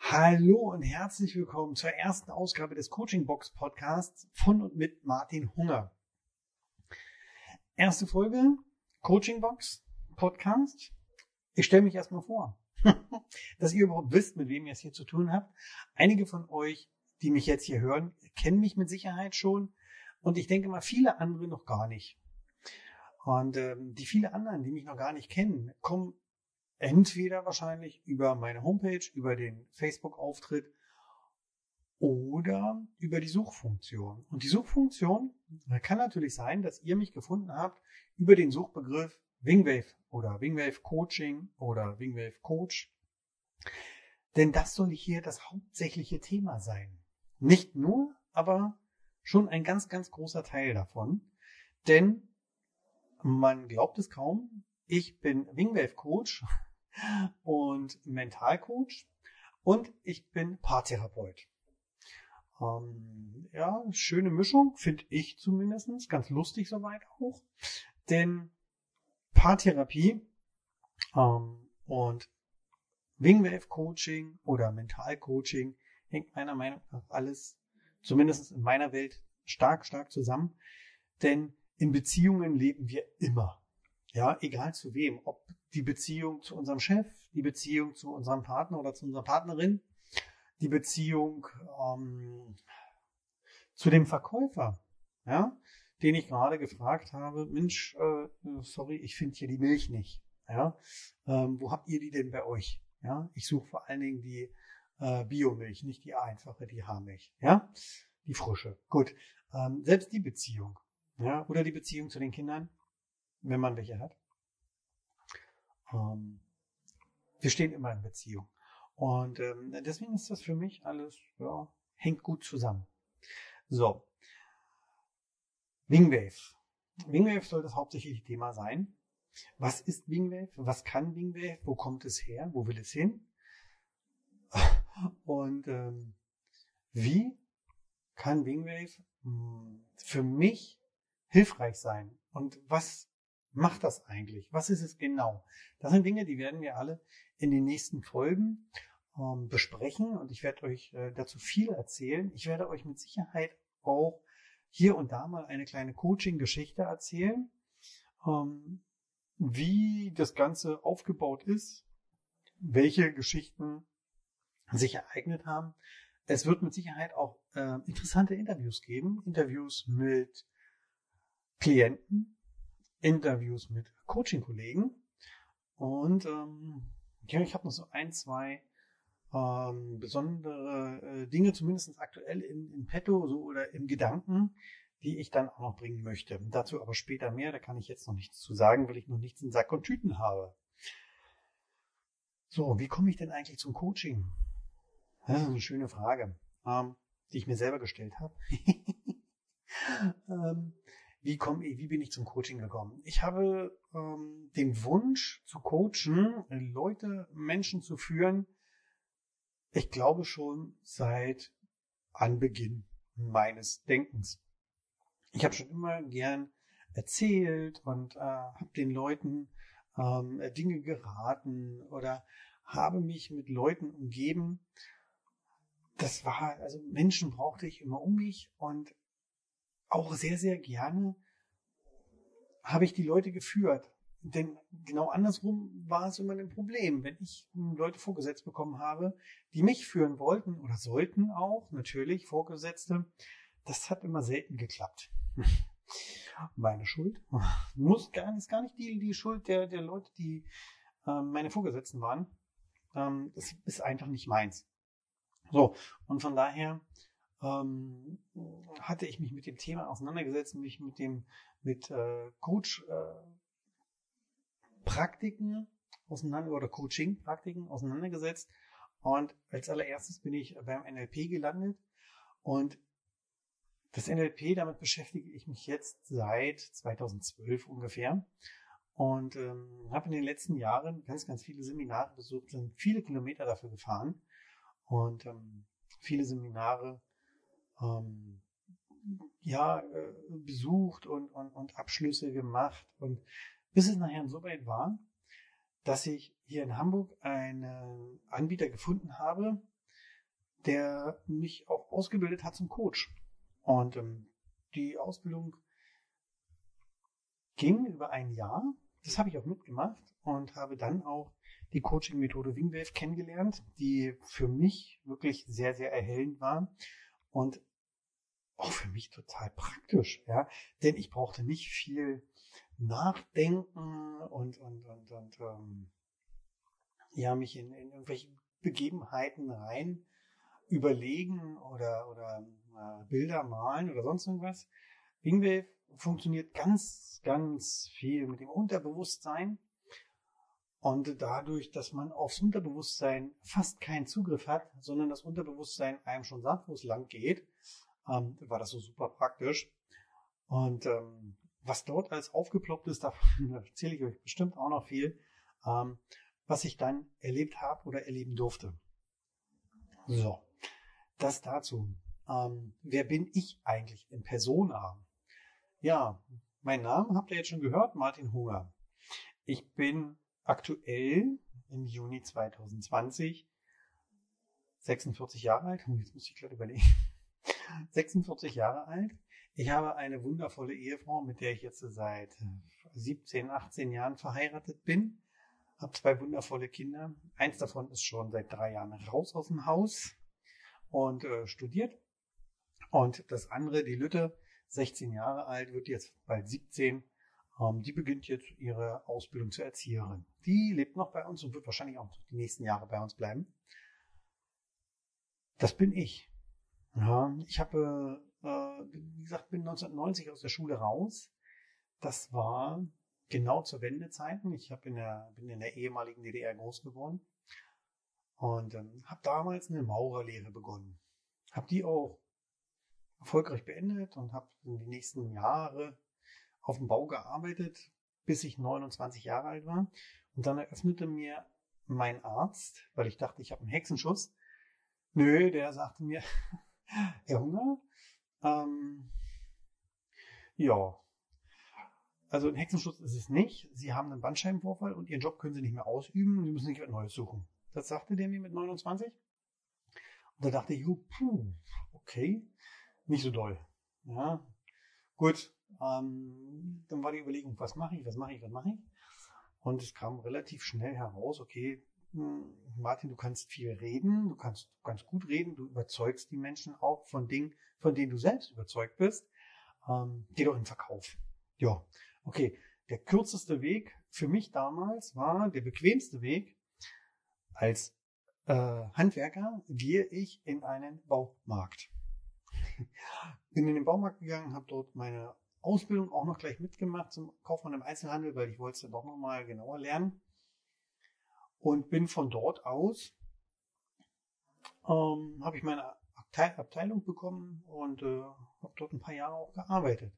Hallo und herzlich willkommen zur ersten Ausgabe des Coaching Box Podcasts von und mit Martin Hunger. Erste Folge Coaching Box Podcast. Ich stelle mich erstmal vor, dass ihr überhaupt wisst, mit wem ihr es hier zu tun habt. Einige von euch, die mich jetzt hier hören, kennen mich mit Sicherheit schon und ich denke mal viele andere noch gar nicht. Und die viele anderen, die mich noch gar nicht kennen, kommen entweder wahrscheinlich über meine Homepage, über den Facebook-Auftritt oder über die Suchfunktion. Und die Suchfunktion kann natürlich sein, dass ihr mich gefunden habt über den Suchbegriff Wingwave oder Wingwave Coaching oder Wingwave Coach. Denn das soll hier das hauptsächliche Thema sein. Nicht nur, aber schon ein ganz, ganz großer Teil davon. Denn man glaubt es kaum, ich bin Wingwave Coach und Mentalcoach und ich bin Paartherapeut. Schöne Mischung, finde ich zumindest, ganz lustig soweit auch, denn Paartherapie und Wingwave Coaching oder Mentalcoaching hängt meiner Meinung nach alles, zumindest in meiner Welt, stark, stark zusammen, denn in Beziehungen leben wir immer. Ja, egal zu wem, ob die Beziehung zu unserem Chef, die Beziehung zu unserem Partner oder zu unserer Partnerin, die Beziehung zu dem Verkäufer, ja, den ich gerade gefragt habe, Mensch, sorry, ich finde hier die Milch nicht. Ja, wo habt ihr die denn bei euch? Ja, ich suche vor allen Dingen die Biomilch, nicht die einfache, die Haarmilch. Ja, die frische. Gut, selbst die Beziehung, ja, oder die Beziehung zu den Kindern, wenn man welche hat. Wir stehen immer in Beziehung. Und deswegen ist das für mich alles, ja, hängt gut zusammen. So. Wingwave. Wingwave soll das hauptsächliche Thema sein. Was ist Wingwave? Was kann Wingwave? Wo kommt es her? Wo will es hin? Und wie kann Wingwave für mich hilfreich sein? Und was macht das eigentlich? Was ist es genau? Das sind Dinge, die werden wir alle in den nächsten Folgen besprechen und ich werde euch dazu viel erzählen. Ich werde euch mit Sicherheit auch hier und da mal eine kleine Coaching-Geschichte erzählen, wie das Ganze aufgebaut ist, welche Geschichten sich ereignet haben. Es wird mit Sicherheit auch interessante Interviews geben, Interviews mit Klienten, Interviews mit Coaching-Kollegen und ich habe noch so ein, zwei besondere Dinge, zumindest aktuell in petto so oder im Gedanken, die ich dann auch noch bringen möchte. Dazu aber später mehr, da kann ich jetzt noch nichts zu sagen, weil ich noch nichts in Sack und Tüten habe. So, wie komme ich denn eigentlich zum Coaching? Das ist eine schöne Frage, die ich mir selber gestellt habe. Wie bin ich zum Coaching gekommen? Ich habe den Wunsch zu coachen, Menschen zu führen, ich glaube schon seit Anbeginn meines Denkens. Ich habe schon immer gern erzählt und habe den Leuten Dinge geraten oder habe mich mit Leuten umgeben. Also Menschen brauchte ich immer um mich und auch sehr, sehr gerne habe ich die Leute geführt. Denn genau andersrum war es immer ein Problem. Wenn ich Leute vorgesetzt bekommen habe, die mich führen wollten oder sollten auch, natürlich Vorgesetzte, das hat immer selten geklappt. Meine Schuld. Ist gar nicht die Schuld der Leute, die meine Vorgesetzten waren. Das ist einfach nicht meins. So, und von daher hatte ich mich mit dem Thema auseinandergesetzt, mich mit Coach-Praktiken oder Coaching-Praktiken auseinandergesetzt. Und als allererstes bin ich beim NLP gelandet. Und das NLP, damit beschäftige ich mich jetzt seit 2012 ungefähr. Und habe in den letzten Jahren ganz, ganz viele Seminare besucht, sind viele Kilometer dafür gefahren. Und viele Seminare besucht und Abschlüsse gemacht. Und bis es nachher so weit war, dass ich hier in Hamburg einen Anbieter gefunden habe, der mich auch ausgebildet hat zum Coach. Und die Ausbildung ging über ein Jahr. Das habe ich auch mitgemacht und habe dann auch die Coaching-Methode Wingwave kennengelernt, die für mich wirklich sehr, sehr erhellend war und auch für mich total praktisch, ja, denn ich brauchte nicht viel nachdenken und ja, mich in irgendwelche Begebenheiten rein überlegen oder Bilder malen oder sonst irgendwas. Wingwave funktioniert ganz, ganz viel mit dem Unterbewusstsein. Und dadurch, dass man aufs Unterbewusstsein fast keinen Zugriff hat, sondern das Unterbewusstsein einem schon sagt, wo es lang geht, war das so super praktisch. Und was dort alles aufgeploppt ist, davon erzähle ich euch bestimmt auch noch viel, was ich dann erlebt habe oder erleben durfte. So, das dazu. Wer bin ich eigentlich in Persona? Ja, mein Name habt ihr jetzt schon gehört, Martin Hunger. Ich bin aktuell im Juni 2020 46 Jahre alt. Jetzt muss ich gerade überlegen. 46 Jahre alt. Ich habe eine wundervolle Ehefrau, mit der ich jetzt seit 17, 18 Jahren verheiratet bin. Habe 2 wundervolle Kinder. Eins davon ist schon seit 3 Jahren raus aus dem Haus und studiert. Und das andere, die Lütte, 16 Jahre alt, wird jetzt bald 17. Die beginnt jetzt ihre Ausbildung zur Erzieherin. Die lebt noch bei uns und wird wahrscheinlich auch die nächsten Jahre bei uns bleiben. Das bin ich. Ja, ich habe, wie gesagt, bin 1990 aus der Schule raus. Das war genau zur Wendezeiten. Ich bin in der ehemaligen DDR groß geworden und habe damals eine Maurerlehre begonnen. Habe die auch erfolgreich beendet und habe in die nächsten Jahre auf dem Bau gearbeitet, bis ich 29 Jahre alt war. Und dann eröffnete mir mein Arzt, weil ich dachte, ich habe einen Hexenschuss. Nö, der sagte mir, Herr Hunger, ja, also ein Hexenschuss ist es nicht. Sie haben einen Bandscheibenvorfall und Ihren Job können Sie nicht mehr ausüben und Sie müssen sich was Neues suchen. Das sagte der mir mit 29. Und da dachte ich, okay, nicht so doll. Ja, gut. Dann war die Überlegung, was mache ich? Und es kam relativ schnell heraus, okay, Martin, du kannst viel reden, du kannst ganz gut reden, du überzeugst die Menschen auch von Dingen, von denen du selbst überzeugt bist. Geh doch in den Verkauf. Ja, okay. Der kürzeste Weg für mich damals war, der bequemste Weg. Als Handwerker gehe ich in einen Baumarkt. Bin in den Baumarkt gegangen, habe dort meine Ausbildung auch noch gleich mitgemacht zum Kaufmann im Einzelhandel, weil ich wollte es dann doch nochmal genauer lernen. Und bin von dort aus, habe ich meine Abteilung bekommen und habe dort ein paar Jahre auch gearbeitet.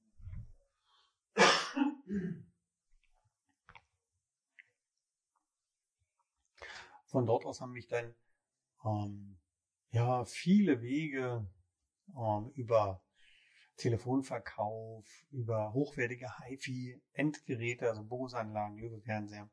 Von dort aus haben mich dann viele Wege über Telefonverkauf, über hochwertige HiFi-Endgeräte, also Bose-Anlagen, Löwe-Fernseher,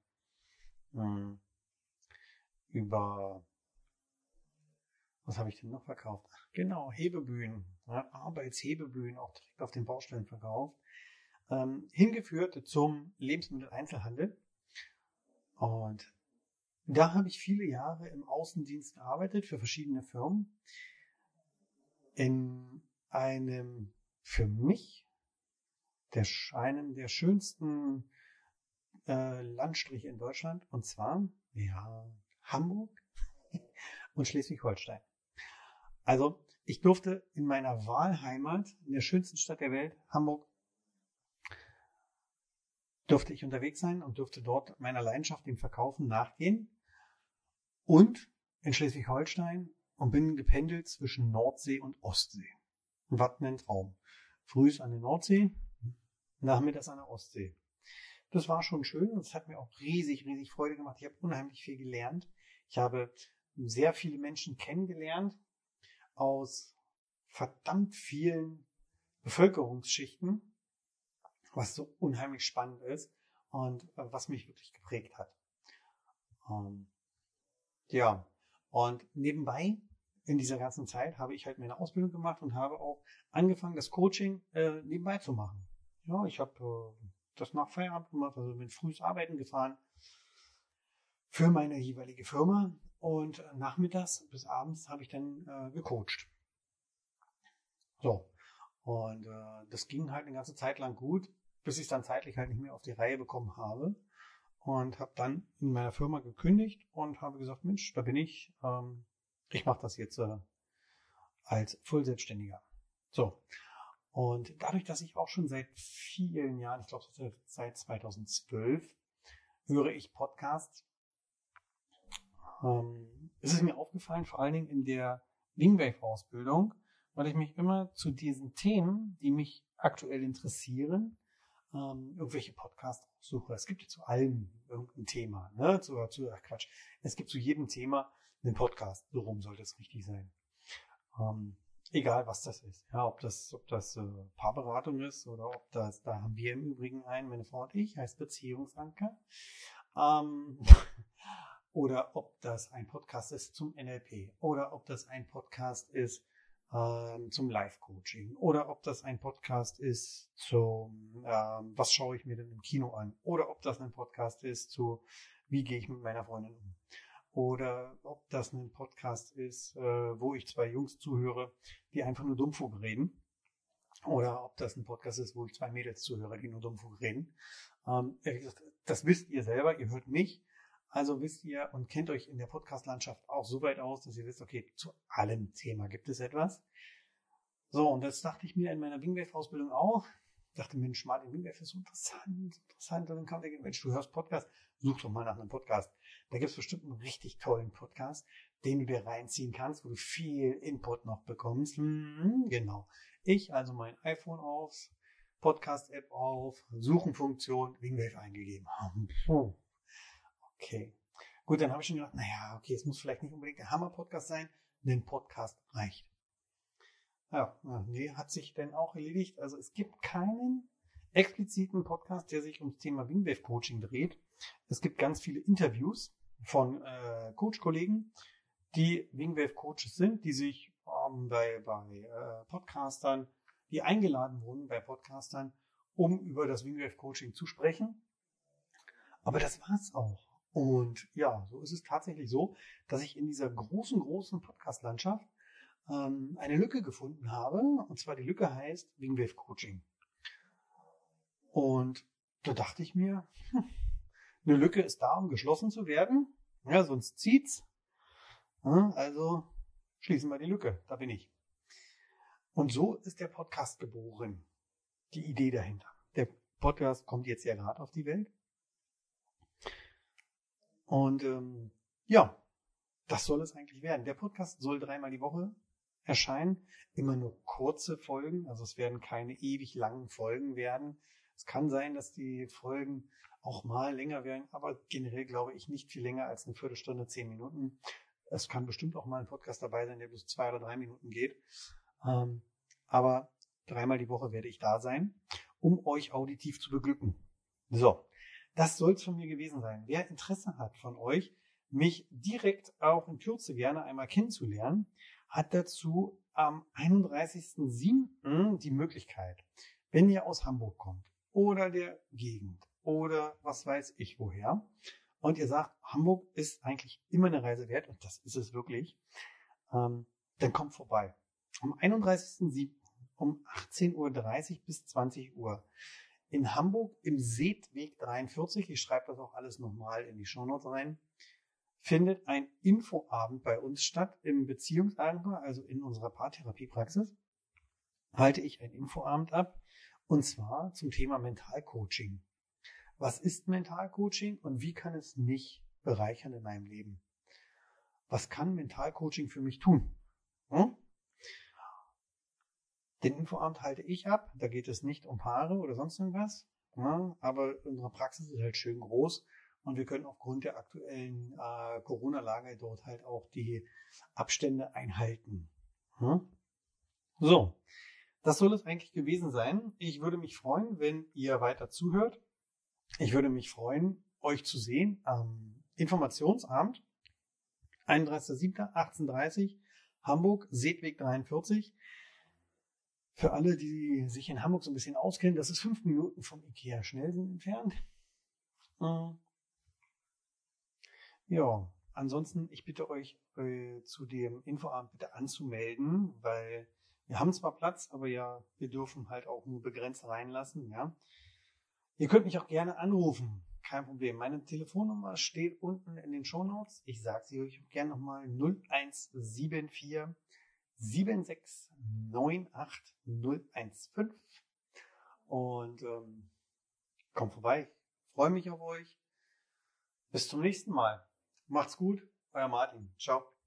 über, was habe ich denn noch verkauft? Ach, genau, Hebebühnen, ja, Arbeitshebebühnen, auch direkt auf den Baustellen verkauft, hingeführt zum Lebensmitteleinzelhandel. Und da habe ich viele Jahre im Außendienst gearbeitet für verschiedene Firmen. In einem für mich einem der schönsten Landstriche in Deutschland, und zwar Hamburg und Schleswig-Holstein. Also ich durfte in meiner Wahlheimat, in der schönsten Stadt der Welt, Hamburg, durfte ich unterwegs sein und durfte dort meiner Leidenschaft, dem Verkaufen, nachgehen. Und in Schleswig-Holstein und bin gependelt zwischen Nordsee und Ostsee. Was ein Traum. Frühs an der Nordsee, nachmittags an der Ostsee. Das war schon schön. Das hat mir auch riesig, riesig Freude gemacht. Ich habe unheimlich viel gelernt. Ich habe sehr viele Menschen kennengelernt aus verdammt vielen Bevölkerungsschichten, was so unheimlich spannend ist und was mich wirklich geprägt hat. Und nebenbei in dieser ganzen Zeit habe ich halt meine Ausbildung gemacht und habe auch angefangen, das Coaching nebenbei zu machen. Ja, ich habe das nach Feierabend gemacht, also bin früh arbeiten gefahren für meine jeweilige Firma und nachmittags bis abends habe ich dann gecoacht. So, und das ging halt eine ganze Zeit lang gut, bis ich es dann zeitlich halt nicht mehr auf die Reihe bekommen habe und habe dann in meiner Firma gekündigt und habe gesagt, Mensch, da bin ich. Ich mache das jetzt als Vollselbstständiger. So. Und dadurch, dass ich auch schon seit vielen Jahren, ich glaube seit 2012, höre ich Podcasts, ist es mir aufgefallen, vor allen Dingen in der Wingwave-Ausbildung, weil ich mich immer zu diesen Themen, die mich aktuell interessieren, irgendwelche Podcasts suche. Es gibt ja zu allem irgendein Thema, ne? Quatsch. Es gibt zu jedem Thema einen Podcast. So rum sollte es richtig sein. Egal was das ist. Ja, ob das Paarberatung ist oder ob da haben wir im Übrigen einen, meine Frau und ich, heißt Beziehungsanker. Oder ob das ein Podcast ist zum NLP oder ob das ein Podcast ist zum Live-Coaching oder ob das ein Podcast ist zum was schaue ich mir denn im Kino an oder ob das ein Podcast ist zu wie gehe ich mit meiner Freundin um oder ob das ein Podcast ist, wo ich zwei Jungs zuhöre, die einfach nur Dummfug reden oder ob das ein Podcast ist, wo ich zwei Mädels zuhöre, die nur Dummfug reden. Das wisst ihr selber, ihr hört mich. Also wisst ihr und kennt euch in der Podcast-Landschaft auch so weit aus, dass ihr wisst, okay, zu allem Thema gibt es etwas. So, und das dachte ich mir in meiner Wingwave-Ausbildung auch. Ich dachte, Mensch, Martin, Wingwave ist so interessant. Und dann kam der Mensch, du hörst Podcast, such doch mal nach einem Podcast. Da gibt es bestimmt einen richtig tollen Podcast, den du dir reinziehen kannst, wo du viel Input noch bekommst. Genau. Ich also mein iPhone auf, Podcast-App auf, Suchenfunktion, Wingwave eingegeben. Okay. Gut, dann habe ich schon gedacht, naja, okay, es muss vielleicht nicht unbedingt der Hammer-Podcast sein, ein Podcast reicht. Ja, nee, hat sich denn auch erledigt. Also es gibt keinen expliziten Podcast, der sich ums Thema Wingwave-Coaching dreht. Es gibt ganz viele Interviews von Coach-Kollegen, die Wingwave-Coaches sind, die sich bei Podcastern, die eingeladen wurden bei Podcastern, um über das Wingwave-Coaching zu sprechen. Aber das war's auch. Und ja, so ist es tatsächlich so, dass ich in dieser großen Podcast-Landschaft eine Lücke gefunden habe. Und zwar die Lücke heißt Wingwave Coaching. Und da dachte ich mir, eine Lücke ist da, um geschlossen zu werden. Ja, sonst zieht's. Also schließen wir die Lücke. Da bin ich. Und so ist der Podcast geboren. Die Idee dahinter. Der Podcast kommt jetzt ja gerade auf die Welt. Und ja, das soll es eigentlich werden. Der Podcast soll 3-mal die Woche erscheinen. Immer nur kurze Folgen. Also es werden keine ewig langen Folgen werden. Es kann sein, dass die Folgen auch mal länger werden, aber generell glaube ich nicht viel länger als eine Viertelstunde, 10 Minuten. Es kann bestimmt auch mal ein Podcast dabei sein, der bloß 2 oder 3 Minuten geht. Aber 3-mal die Woche werde ich da sein, um euch auditiv zu beglücken. So. Das soll es von mir gewesen sein. Wer Interesse hat von euch, mich direkt auch in Kürze gerne einmal kennenzulernen, hat dazu am 31.07. die Möglichkeit, wenn ihr aus Hamburg kommt oder der Gegend oder was weiß ich woher und ihr sagt, Hamburg ist eigentlich immer eine Reise wert und das ist es wirklich, dann kommt vorbei. Am 31.07. um 18.30 Uhr bis 20 Uhr. In Hamburg im Seetweg 43, ich schreibe das auch alles nochmal in die Shownotes rein, findet ein Infoabend bei uns statt im Beziehungsanker, also in unserer Paartherapiepraxis, halte ich einen Infoabend ab und zwar zum Thema Mentalcoaching. Was ist Mentalcoaching und wie kann es mich bereichern in meinem Leben? Was kann Mentalcoaching für mich tun? Den Infoabend halte ich ab, da geht es nicht um Paare oder sonst irgendwas, ja, aber unsere Praxis ist halt schön groß und wir können aufgrund der aktuellen Corona-Lage dort halt auch die Abstände einhalten. Ja. So, das soll es eigentlich gewesen sein. Ich würde mich freuen, wenn ihr weiter zuhört. Ich würde mich freuen, euch zu sehen am Informationsabend, 31.07. 18:30 Uhr, Hamburg, Seetweg 43. Für alle, die sich in Hamburg so ein bisschen auskennen, das ist 5 Minuten vom IKEA Schnellsen entfernt. Ja, ansonsten, ich bitte euch, zu dem Infoabend bitte anzumelden, weil wir haben zwar Platz, aber ja, wir dürfen halt auch nur begrenzt reinlassen, ja. Ihr könnt mich auch gerne anrufen, kein Problem. Meine Telefonnummer steht unten in den Shownotes. Ich sage sie euch gerne nochmal: 0174 7698 015. Und kommt vorbei. Freue mich auf euch. Bis zum nächsten Mal. Macht's gut. Euer Martin. Ciao.